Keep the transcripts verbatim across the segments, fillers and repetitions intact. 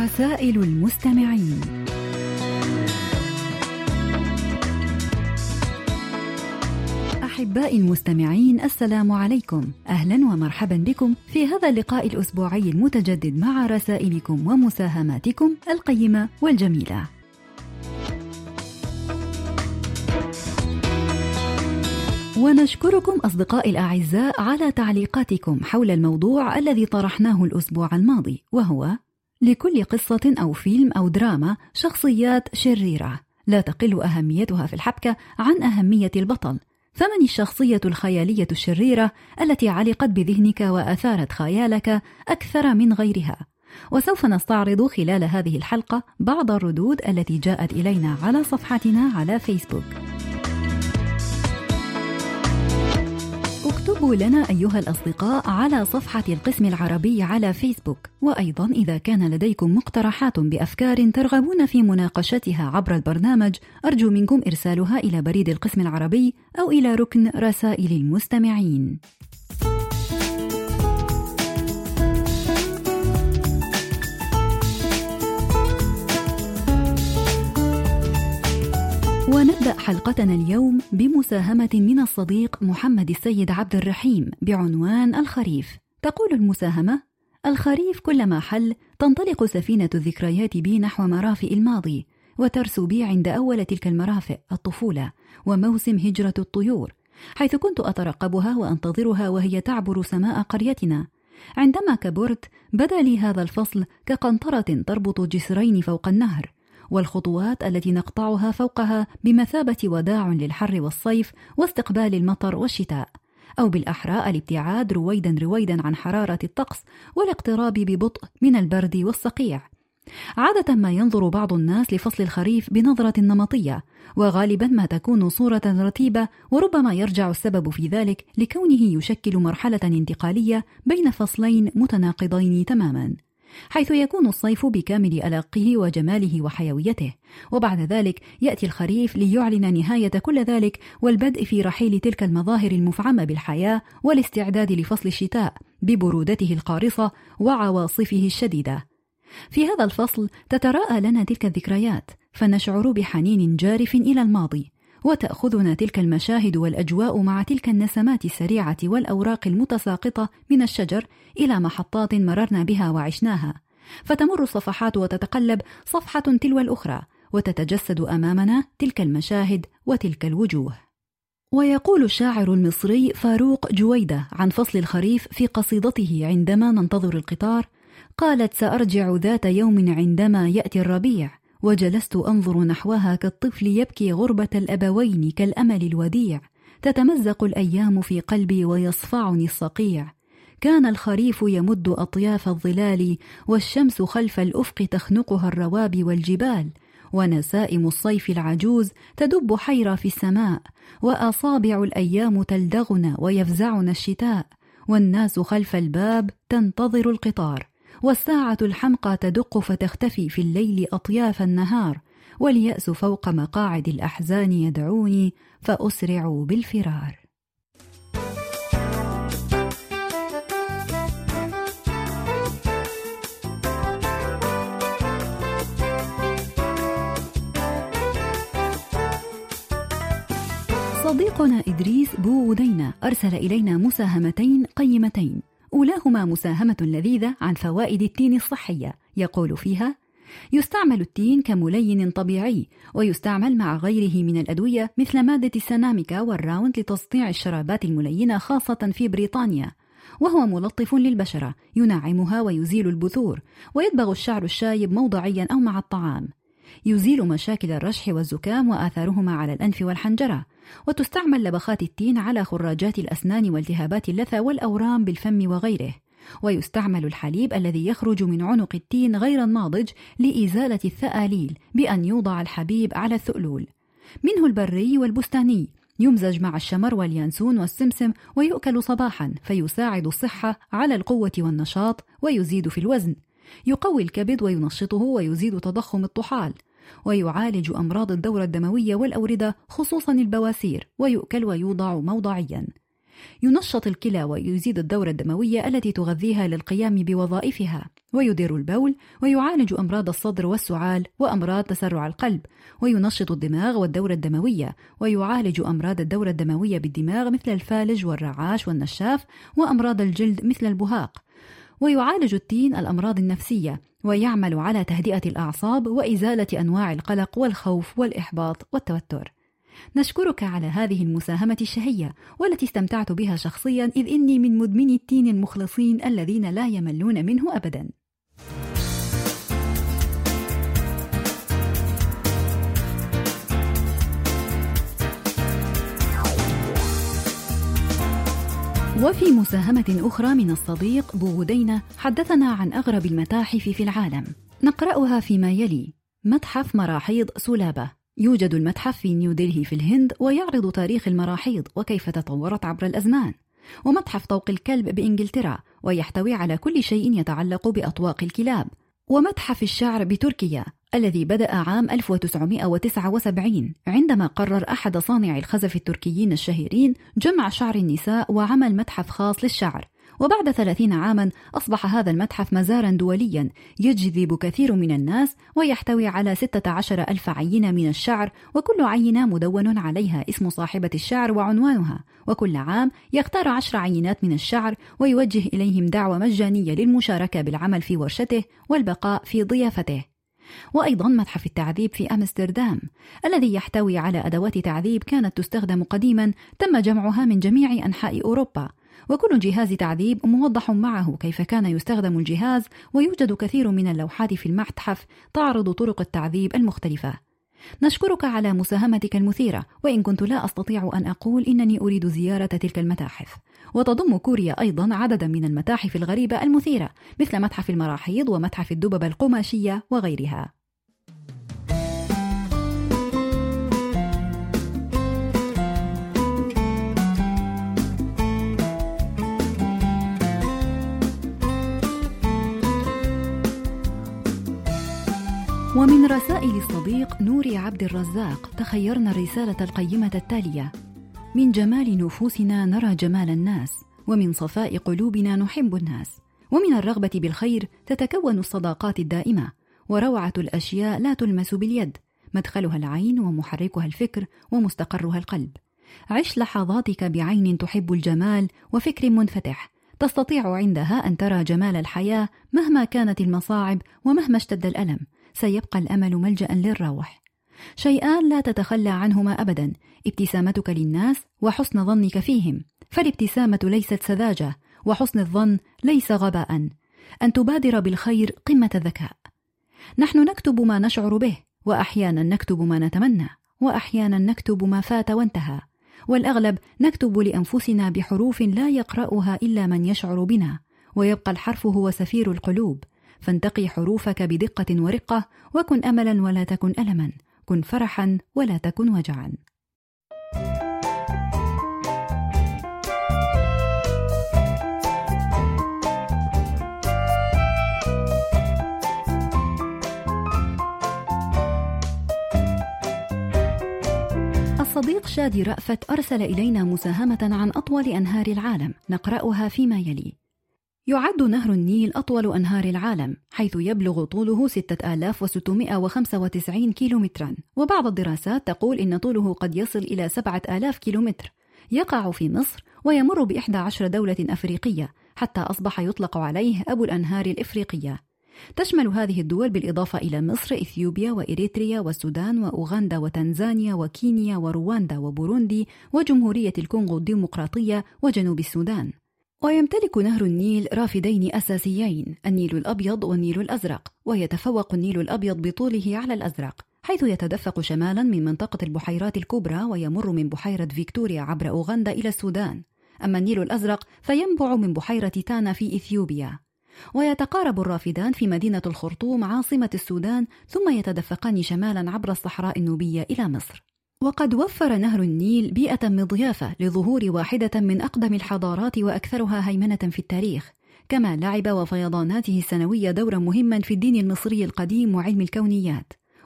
رسائل المستمعين. أحبائي المستمعين، السلام عليكم، أهلا ومرحبا بكم في هذا اللقاء الأسبوعي المتجدد مع رسائلكم ومساهماتكم القيمة والجميلة. ونشكركم أصدقائي الأعزاء على تعليقاتكم حول الموضوع الذي طرحناه الأسبوع الماضي، وهو: لكل قصة أو فيلم أو دراما شخصيات شريرة لا تقل أهميتها في الحبكة عن أهمية البطل، فمن الشخصية الخيالية الشريرة التي علقت بذهنك وأثارت خيالك أكثر من غيرها؟ وسوف نستعرض خلال هذه الحلقة بعض الردود التي جاءت إلينا على صفحتنا على فيسبوك. اكتبوا لنا أيها الأصدقاء على صفحة القسم العربي على فيسبوك، وأيضا إذا كان لديكم مقترحات بأفكار ترغبون في مناقشتها عبر البرنامج، أرجو منكم إرسالها إلى بريد القسم العربي أو إلى ركن رسائل المستمعين. ونبدأ حلقتنا اليوم بمساهمة من الصديق محمد السيد عبد الرحيم بعنوان الخريف. تقول المساهمة: الخريف كلما حل تنطلق سفينة الذكريات بي نحو مرافئ الماضي، وترسو بي عند أول تلك المرافئ الطفولة وموسم هجرة الطيور، حيث كنت أترقبها وأنتظرها وهي تعبر سماء قريتنا. عندما كبرت بدا لي هذا الفصل كقنطرة تربط جسرين فوق النهر، والخطوات التي نقطعها فوقها بمثابة وداع للحر والصيف واستقبال المطر والشتاء، أو بالأحرى الابتعاد رويدا رويدا عن حرارة الطقس والاقتراب ببطء من البرد والصقيع. عادة ما ينظر بعض الناس لفصل الخريف بنظرة نمطية، وغالبا ما تكون صورة رتيبة، وربما يرجع السبب في ذلك لكونه يشكل مرحلة انتقالية بين فصلين متناقضين تماما، حيث يكون الصيف بكامل ألاقه وجماله وحيويته، وبعد ذلك يأتي الخريف ليعلن نهاية كل ذلك والبدء في رحيل تلك المظاهر المفعمة بالحياة والاستعداد لفصل الشتاء ببرودته القارصة وعواصفه الشديدة. في هذا الفصل تتراءى لنا تلك الذكريات، فنشعر بحنين جارف إلى الماضي، وتأخذنا تلك المشاهد والأجواء مع تلك النسمات السريعة والأوراق المتساقطة من الشجر إلى محطات مررنا بها وعشناها، فتمر الصفحات وتتقلب صفحة تلو الأخرى، وتتجسد أمامنا تلك المشاهد وتلك الوجوه. ويقول الشاعر المصري فاروق جويدة عن فصل الخريف في قصيدته عندما ننتظر القطار: قالت: سأرجع ذات يوم عندما يأتي الربيع، وجلست أنظر نحوها كالطفل يبكي غربة الأبوين كالأمل الوديع، تتمزق الأيام في قلبي ويصفعني الصقيع، كان الخريف يمد أطياف الظلال، والشمس خلف الأفق تخنقها الرواب والجبال، ونسائم الصيف العجوز تدب حيرة في السماء، وأصابع الأيام تلدغنا ويفزعنا الشتاء، والناس خلف الباب تنتظر القطار، والساعة الحمقى تدق فتختفي في الليل أطياف النهار، واليأس فوق مقاعد الأحزان يدعوني فأسرع بالفرار. صديقنا إدريس بو ودينا أرسل إلينا مساهمتين قيمتين، أولاهما مساهمة لذيذة عن فوائد التين الصحية، يقول فيها: يستعمل التين كملين طبيعي، ويستعمل مع غيره من الأدوية مثل مادة السناميكا والراوند لتصنيع الشرابات الملينة خاصة في بريطانيا، وهو ملطف للبشرة ينعمها ويزيل البثور، ويدبغ الشعر الشايب موضعيا أو مع الطعام، يزيل مشاكل الرشح والزكام وآثارهما على الأنف والحنجرة، وتستعمل لبخات التين على خراجات الأسنان والتهابات اللثة والأورام بالفم وغيره، ويستعمل الحليب الذي يخرج من عنق التين غير الناضج لإزالة الثآليل بأن يوضع الحبيب على الثؤلول، منه البري والبستاني، يمزج مع الشمر واليانسون والسمسم ويؤكل صباحا فيساعد الصحة على القوة والنشاط ويزيد في الوزن، يقوي الكبد وينشطه ويزيد تضخم الطحال، ويعالج أمراض الدورة الدموية والأوردة خصوصا البواسير، ويؤكل ويوضع موضعيا. ينشط الكلى ويزيد الدورة الدموية التي تغذيها للقيام بوظائفها، ويدير البول، ويعالج أمراض الصدر والسعال وأمراض تسرع القلب، وينشط الدماغ والدورة الدموية، ويعالج أمراض الدورة الدموية بالدماغ مثل الفالج والرعاش والنشاف، وأمراض الجلد مثل البهاق. ويعالج التين الأمراض النفسية، ويعمل على تهدئة الأعصاب وإزالة أنواع القلق والخوف والإحباط والتوتر. نشكرك على هذه المساهمة الشهية والتي استمتعت بها شخصيا، إذ إني من مدمني التين المخلصين الذين لا يملون منه أبدا. وفي مساهمة أخرى من الصديق بوغدينة حدثنا عن أغرب المتاحف في العالم، نقرأها فيما يلي. متحف مراحيض سولابة. يوجد المتحف في نيودلهي في الهند، ويعرض تاريخ المراحيض وكيف تطورت عبر الأزمان. ومتحف طوق الكلب بإنجلترا، ويحتوي على كل شيء يتعلق بأطواق الكلاب. ومتحف الشعر بتركيا الذي بدأ عام ألف وتسعمائة وتسعة وسبعين عندما قرر أحد صانعي الخزف التركيين الشهيرين جمع شعر النساء وعمل متحف خاص للشعر. وبعد ثلاثين عاما أصبح هذا المتحف مزارا دوليا يجذب كثير من الناس، ويحتوي على ستة عشر ألف عينة من الشعر، وكل عينة مدون عليها اسم صاحبة الشعر وعنوانها. وكل عام يختار عشر عينات من الشعر ويوجه إليهم دعوة مجانية للمشاركة بالعمل في ورشته والبقاء في ضيافته. وأيضا متحف التعذيب في أمستردام الذي يحتوي على أدوات تعذيب كانت تستخدم قديما، تم جمعها من جميع أنحاء أوروبا، وكل جهاز تعذيب موضح معه كيف كان يستخدم الجهاز. ويوجد كثير من اللوحات في المتحف تعرض طرق التعذيب المختلفة. نشكرك على مساهمتك المثيرة، وإن كنت لا أستطيع أن أقول إنني أريد زيارة تلك المتاحف. وتضم كوريا أيضا عددا من المتاحف الغريبة المثيرة، مثل متحف المراحيض ومتحف الدببة القماشية وغيرها. ومن رسائل الصديق نوري عبد الرزاق تخيرنا الرسالة القيمة التالية: من جمال نفوسنا نرى جمال الناس، ومن صفاء قلوبنا نحب الناس، ومن الرغبة بالخير تتكون الصداقات الدائمة، وروعة الأشياء لا تلمس باليد، مدخلها العين ومحركها الفكر ومستقرها القلب. عش لحظاتك بعين تحب الجمال وفكر منفتح، تستطيع عندها أن ترى جمال الحياة مهما كانت المصاعب ومهما اشتد الألم، سيبقى الأمل ملجأ للروح. شيئان لا تتخلى عنهما أبدا: ابتسامتك للناس وحسن ظنك فيهم، فالابتسامة ليست سذاجة، وحسن الظن ليس غباء. أن تبادر بالخير قمة الذكاء. نحن نكتب ما نشعر به، وأحيانا نكتب ما نتمنى، وأحيانا نكتب ما فات وانتهى، والأغلب نكتب لأنفسنا بحروف لا يقرأها إلا من يشعر بنا، ويبقى الحرف هو سفير القلوب. فانتقي حروفك بدقة ورقة، وكن أملا ولا تكن ألما، كن فرحا ولا تكن وجعا. الصديق شادي رأفت أرسل إلينا مساهمة عن أطول أنهار العالم، نقرأها فيما يلي. يعد نهر النيل أطول أنهار العالم، حيث يبلغ طوله ستة آلاف وستمائة وخمسة وتسعين كيلومترا، وبعض الدراسات تقول إن طوله قد يصل إلى سبعة آلاف كيلومتر. يقع في مصر ويمر بإحدى عشر دولة أفريقية، حتى أصبح يطلق عليه أبو الأنهار الإفريقية. تشمل هذه الدول بالإضافة إلى مصر إثيوبيا وإريتريا والسودان وأوغندا وتنزانيا وكينيا ورواندا وبوروندي وجمهورية الكونغو الديمقراطية وجنوب السودان. ويمتلك نهر النيل رافدين أساسيين، النيل الأبيض والنيل الأزرق، ويتفوق النيل الأبيض بطوله على الأزرق، حيث يتدفق شمالا من منطقة البحيرات الكبرى ويمر من بحيرة فيكتوريا عبر أوغندا إلى السودان. أما النيل الأزرق فينبع من بحيرة تانا في إثيوبيا. ويتقارب الرافدان في مدينة الخرطوم عاصمة السودان، ثم يتدفقان شمالا عبر الصحراء النوبية إلى مصر. وقد وفر نهر النيل بيئة مضيافة لظهور واحدة من أقدم الحضارات وأكثرها هيمنة في التاريخ، كما لعب وفيضاناته السنوية دورا مهما في الدين المصري القديم وعلم الكونيات.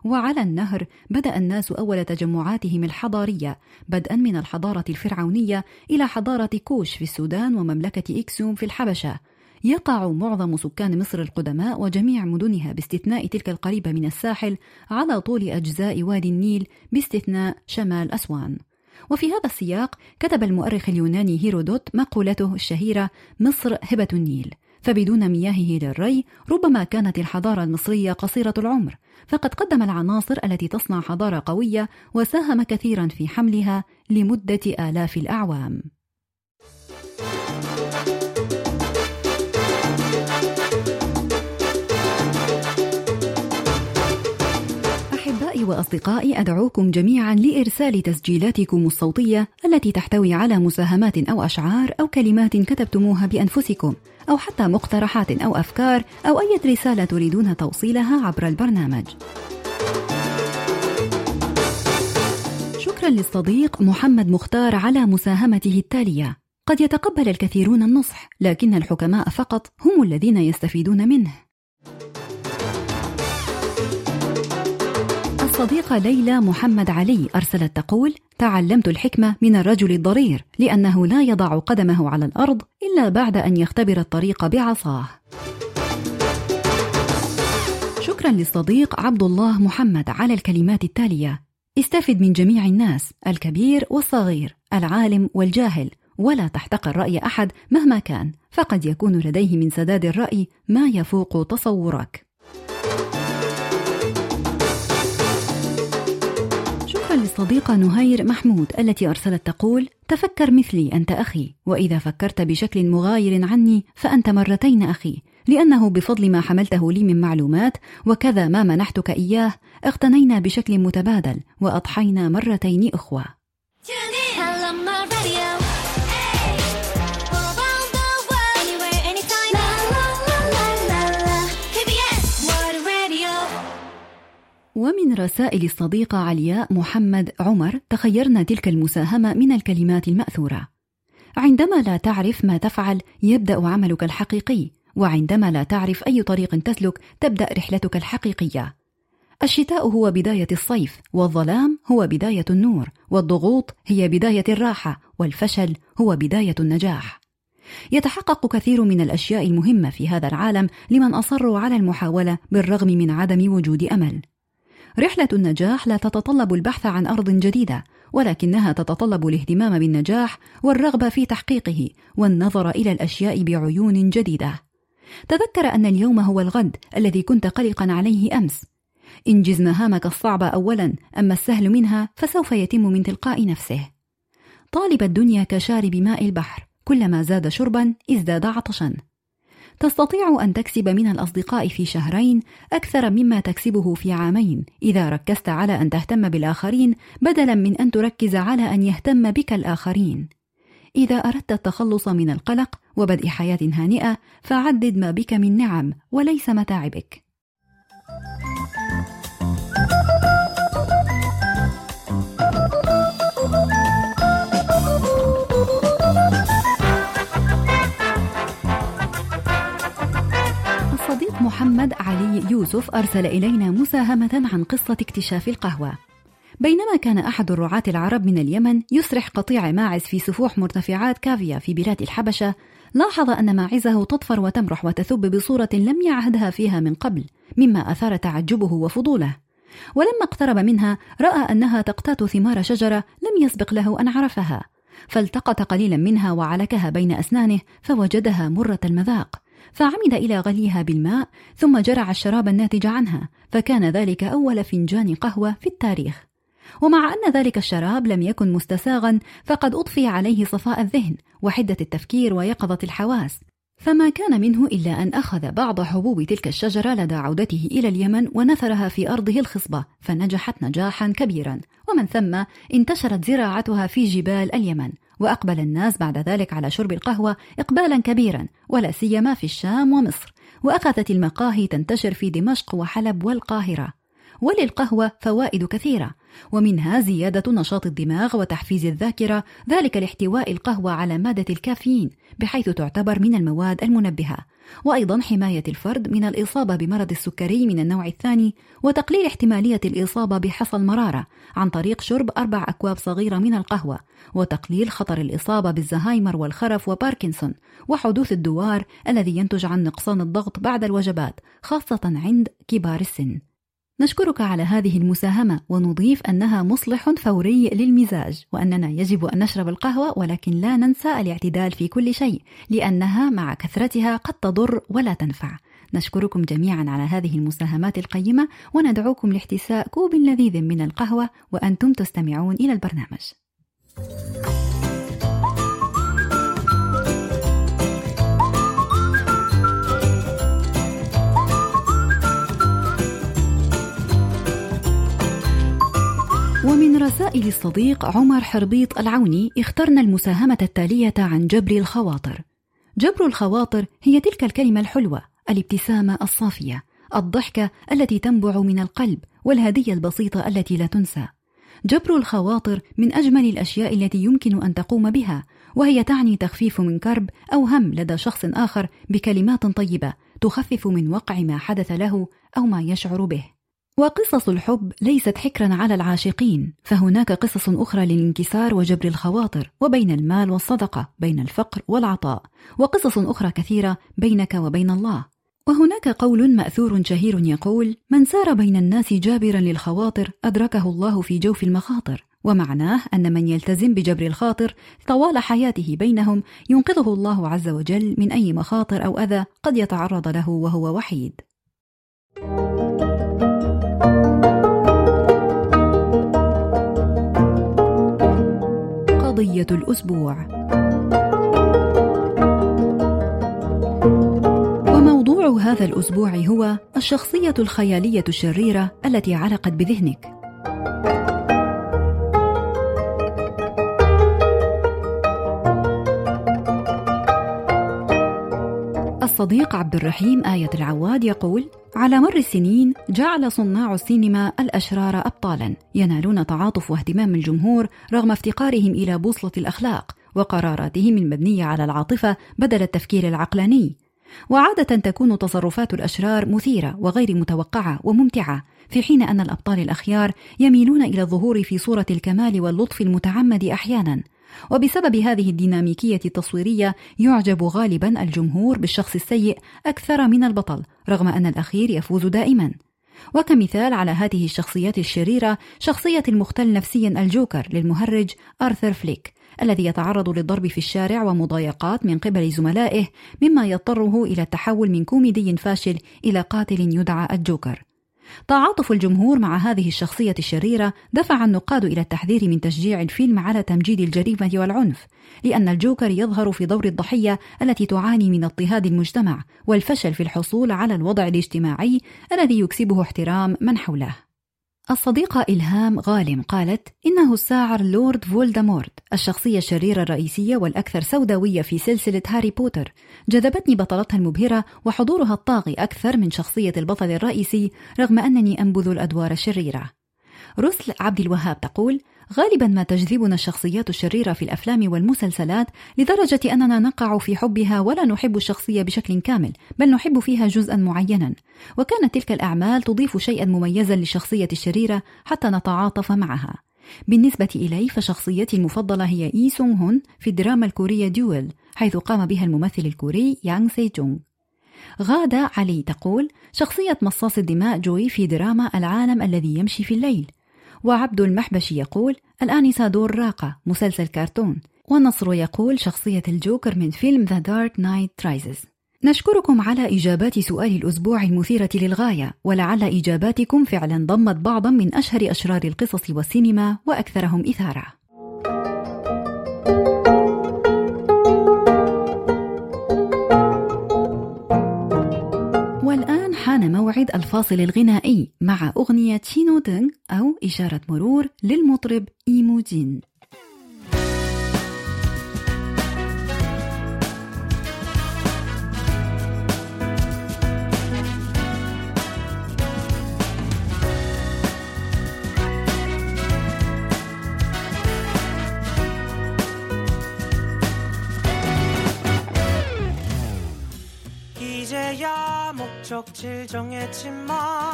وعلى النهر بدأ الناس أول تجمعاتهم الحضارية، بدءا من الحضارة الفرعونية إلى حضارة كوش في السودان ومملكة إكسوم في الحبشة. يقع معظم سكان مصر القدماء وجميع مدنها باستثناء تلك القريبة من الساحل على طول أجزاء وادي النيل باستثناء شمال أسوان. وفي هذا السياق كتب المؤرخ اليوناني هيرودوت مقولته الشهيرة مصر هبة النيل، فبدون مياهه للري ربما كانت الحضارة المصرية قصيرة العمر، فقد قدم العناصر التي تصنع حضارة قوية وساهم كثيرا في حملها لمدة آلاف الأعوام. أحبائي وأصدقائي، أدعوكم جميعا لإرسال تسجيلاتكم الصوتية التي تحتوي على مساهمات أو أشعار أو كلمات كتبتموها بأنفسكم، أو حتى مقترحات أو أفكار أو أي رسالة تريدون توصيلها عبر البرنامج. شكرا للصديق محمد مختار على مساهمته التالية: قد يتقبل الكثيرون النصح، لكن الحكماء فقط هم الذين يستفيدون منه. الصديقة ليلى محمد علي أرسلت تقول: تعلمت الحكمة من الرجل الضرير، لأنه لا يضع قدمه على الأرض إلا بعد أن يختبر الطريق بعصاه. شكرا للصديق عبد الله محمد على الكلمات التالية: استفد من جميع الناس، الكبير والصغير، العالم والجاهل، ولا تحتقر رأي أحد مهما كان، فقد يكون لديه من سداد الرأي ما يفوق تصورك. للصديقة نهير محمود التي أرسلت تقول: تفكر مثلي أنت أخي، وإذا فكرت بشكل مغاير عني فأنت مرتين أخي، لأنه بفضل ما حملته لي من معلومات وكذا ما منحتك إياه اغتنينا بشكل متبادل وأضحينا مرتين أخوة. ومن رسائل الصديقة علياء محمد عمر تخيرنا تلك المساهمة من الكلمات المأثورة: عندما لا تعرف ما تفعل يبدأ عملك الحقيقي، وعندما لا تعرف أي طريق تسلك تبدأ رحلتك الحقيقية. الشتاء هو بداية الصيف، والظلام هو بداية النور، والضغوط هي بداية الراحة، والفشل هو بداية النجاح. يتحقق كثير من الأشياء المهمة في هذا العالم لمن أصروا على المحاولة بالرغم من عدم وجود أمل. رحلة النجاح لا تتطلب البحث عن أرض جديدة، ولكنها تتطلب الاهتمام بالنجاح والرغبة في تحقيقه والنظر إلى الأشياء بعيون جديدة. تذكر أن اليوم هو الغد الذي كنت قلقا عليه أمس. انجز مهامك الصعبة أولا، أما السهل منها فسوف يتم من تلقاء نفسه. طالب الدنيا كشارب ماء البحر، كلما زاد شربا ازداد عطشا. تستطيع أن تكسب من الأصدقاء في شهرين أكثر مما تكسبه في عامين إذا ركزت على أن تهتم بالآخرين بدلا من أن تركز على أن يهتم بك الآخرين. إذا أردت التخلص من القلق وبدء حياة هانئة فعدد ما بك من نعم وليس متاعبك. الصديق محمد علي يوسف أرسل إلينا مساهمة عن قصة اكتشاف القهوة. بينما كان أحد الرعاة العرب من اليمن يسرح قطيع ماعز في سفوح مرتفعات كافيا في بلاد الحبشة، لاحظ أن ماعزه تطفر وتمرح وتثب بصورة لم يعهدها فيها من قبل، مما أثار تعجبه وفضوله. ولما اقترب منها رأى أنها تقتات ثمار شجرة لم يسبق له أن عرفها، فالتقط قليلا منها وعلكها بين أسنانه فوجدها مرة المذاق، فعمد إلى غليها بالماء ثم جرع الشراب الناتج عنها، فكان ذلك أول فنجان قهوة في التاريخ. ومع أن ذلك الشراب لم يكن مستساغا فقد أضفي عليه صفاء الذهن وحدة التفكير ويقظة الحواس، فما كان منه إلا أن أخذ بعض حبوب تلك الشجرة لدى عودته إلى اليمن ونثرها في أرضه الخصبة، فنجحت نجاحا كبيرا، ومن ثم انتشرت زراعتها في جبال اليمن، وأقبل الناس بعد ذلك على شرب القهوة إقبالا كبيرا، ولا سيما في الشام ومصر، وأخذت المقاهي تنتشر في دمشق وحلب والقاهرة. وللقهوة فوائد كثيرة، ومنها زيادة نشاط الدماغ وتحفيز الذاكرة، ذلك لاحتواء القهوة على مادة الكافيين بحيث تعتبر من المواد المنبهة، وأيضا حماية الفرد من الإصابة بمرض السكري من النوع الثاني، وتقليل احتمالية الإصابة بحصى المرارة عن طريق شرب أربع أكواب صغيرة من القهوة، وتقليل خطر الإصابة بالزهايمر والخرف وباركنسون وحدوث الدوار الذي ينتج عن نقصان الضغط بعد الوجبات خاصة عند كبار السن. نشكرك على هذه المساهمة، ونضيف أنها مصلح فوري للمزاج، وأننا يجب أن نشرب القهوة ولكن لا ننسى الاعتدال في كل شيء، لأنها مع كثرتها قد تضر ولا تنفع. نشكركم جميعا على هذه المساهمات القيمة، وندعوكم لاحتساء كوب لذيذ من القهوة وأنتم تستمعون إلى البرنامج. ومن رسائل الصديق عمر حربيط العوني اخترنا المساهمة التالية عن جبر الخواطر. جبر الخواطر هي تلك الكلمة الحلوة، الابتسامة الصافية، الضحكة التي تنبع من القلب، والهدية البسيطة التي لا تنسى. جبر الخواطر من أجمل الأشياء التي يمكن أن تقوم بها، وهي تعني تخفيف من كرب أو هم لدى شخص آخر بكلمات طيبة تخفف من وقع ما حدث له أو ما يشعر به. وقصص الحب ليست حكرا على العاشقين، فهناك قصص أخرى للانكسار وجبر الخواطر، وبين المال والصدقة، بين الفقر والعطاء، وقصص أخرى كثيرة بينك وبين الله. وهناك قول مأثور شهير يقول: من سار بين الناس جابرا للخواطر أدركه الله في جوف المخاطر، ومعناه أن من يلتزم بجبر الخاطر طوال حياته بينهم ينقذه الله عز وجل من أي مخاطر أو أذى قد يتعرض له وهو وحيد. قضية الأسبوع. وموضوع هذا الأسبوع هو الشخصية الخيالية الشريرة التي علقت بذهنك. الصديق عبد الرحيم آية العواد يقول: على مر السنين جعل صناع السينما الأشرار أبطالا ينالون تعاطف واهتمام الجمهور رغم افتقارهم إلى بوصلة الأخلاق وقراراتهم المبنية على العاطفة بدل التفكير العقلاني. وعادة تكون تصرفات الأشرار مثيرة وغير متوقعة وممتعة، في حين أن الأبطال الأخيار يميلون إلى الظهور في صورة الكمال واللطف المتعمد أحيانا. وبسبب هذه الديناميكية التصويرية يعجب غالبا الجمهور بالشخص السيء أكثر من البطل، رغم أن الأخير يفوز دائما. وكمثال على هذه الشخصيات الشريرة شخصية المختل نفسيا الجوكر للمهرج آرثر فليك، الذي يتعرض للضرب في الشارع ومضايقات من قبل زملائه، مما يضطره إلى التحول من كوميدي فاشل إلى قاتل يدعى الجوكر. تعاطف الجمهور مع هذه الشخصية الشريرة دفع النقاد إلى التحذير من تشجيع الفيلم على تمجيد الجريمة والعنف، لأن الجوكر يظهر في دور الضحية التي تعاني من اضطهاد المجتمع والفشل في الحصول على الوضع الاجتماعي الذي يكسبه احترام من حوله. الصديقة إلهام غالم قالت: إنه الساحر لورد فولدمورت، الشخصية الشريرة الرئيسية والأكثر سوداوية في سلسلة هاري بوتر. جذبتني بطلتها المبهرة وحضورها الطاغي أكثر من شخصية البطل الرئيسي، رغم أنني أنبذ الأدوار الشريرة. رسل عبد الوهاب تقول: غالبا ما تجذبنا الشخصيات الشريرة في الأفلام والمسلسلات لدرجة أننا نقع في حبها ولا نحب الشخصية بشكل كامل، بل نحب فيها جزءا معينا، وكانت تلك الأعمال تضيف شيئا مميزا للشخصية الشريرة حتى نتعاطف معها. بالنسبة إلي فشخصيتي المفضلة هي إي سونغ هون في الدراما الكورية ديول، حيث قام بها الممثل الكوري يانغ سي جونغ. غادة علي تقول: شخصية مصاص الدماء جوي في دراما العالم الذي يمشي في الليل. وعبد المحبشي يقول: الآنسة دور راقة، مسلسل كرتون. ونصر يقول: شخصية الجوكر من فيلم The Dark Knight Rises. نشكركم على إجابات سؤال الأسبوع المثيرة للغاية، ولعل إجاباتكم فعلا ضمت بعضا من أشهر أشرار القصص والسينما وأكثرهم إثارة. والآن حان موعد الفاصل الغنائي مع أغنية شينو دنغ أو إشارة مرور للمطرب إيموجين. 목적지 정했지만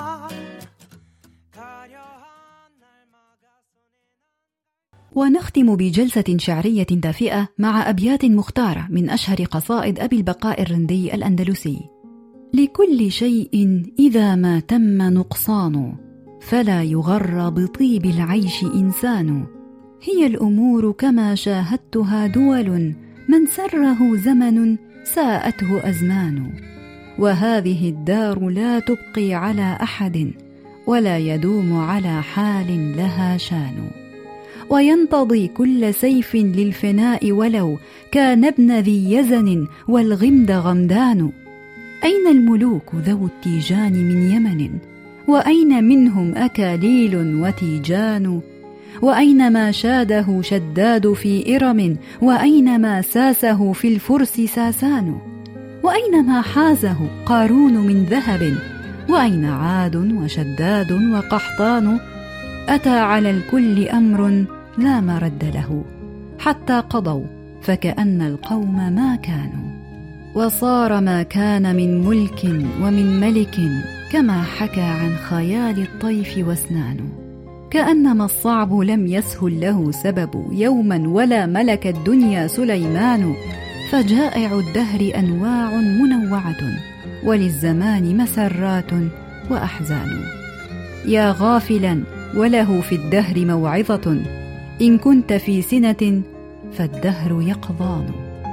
ونختم بجلسة شعرية دافئة مع أبيات مختارة من أشهر قصائد أبي البقاء الرندي الأندلسي. لكل شيء إذا ما تم نقصان فلا يغر بطيب العيش إنسان. هي الأمور كما شاهدتها دول من سره زمن ساءته أزمان. وهذه الدار لا تبقي على أحد ولا يدوم على حال لها شان. وينتضي كل سيف للفناء ولو كان ابن ذي يزن والغمد غمدان. أين الملوك ذو التيجان من يمن وأين منهم أكاليل وتيجان. وأين ما شاده شداد في إرم وأين ما ساسه في الفرس ساسان. وأين ما حازه قارون من ذهب وأين عاد وشداد وقحطان. أتى على الكل أمر لا مرد له حتى قضوا فكأن القوم ما كانوا. وصار ما كان من ملك ومن ملك كما حكى عن خيال الطيف واسنان. كأنما الصعب لم يسهل له سبب يوما ولا ملك الدنيا سليمان. فجائع الدهر أنواع منوعة وللزمان مسرات وأحزان. يا غافلا وله في الدهر موعظة إن كنت في سنة فالدهر يقظان.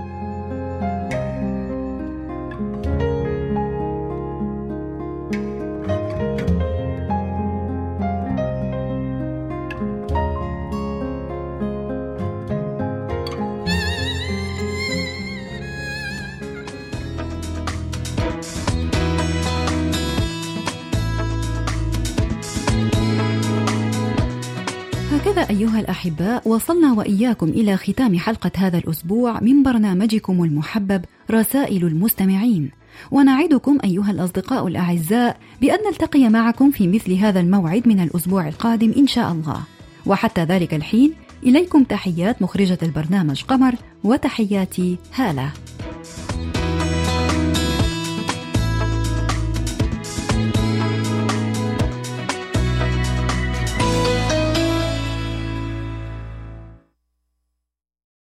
هكذا أيها الأحباء وصلنا وإياكم إلى ختام حلقة هذا الأسبوع من برنامجكم المحبب رسائل المستمعين. ونعدكم أيها الأصدقاء الأعزاء بأن نلتقي معكم في مثل هذا الموعد من الأسبوع القادم إن شاء الله. وحتى ذلك الحين إليكم تحيات مخرجة البرنامج قمر وتحياتي هالة.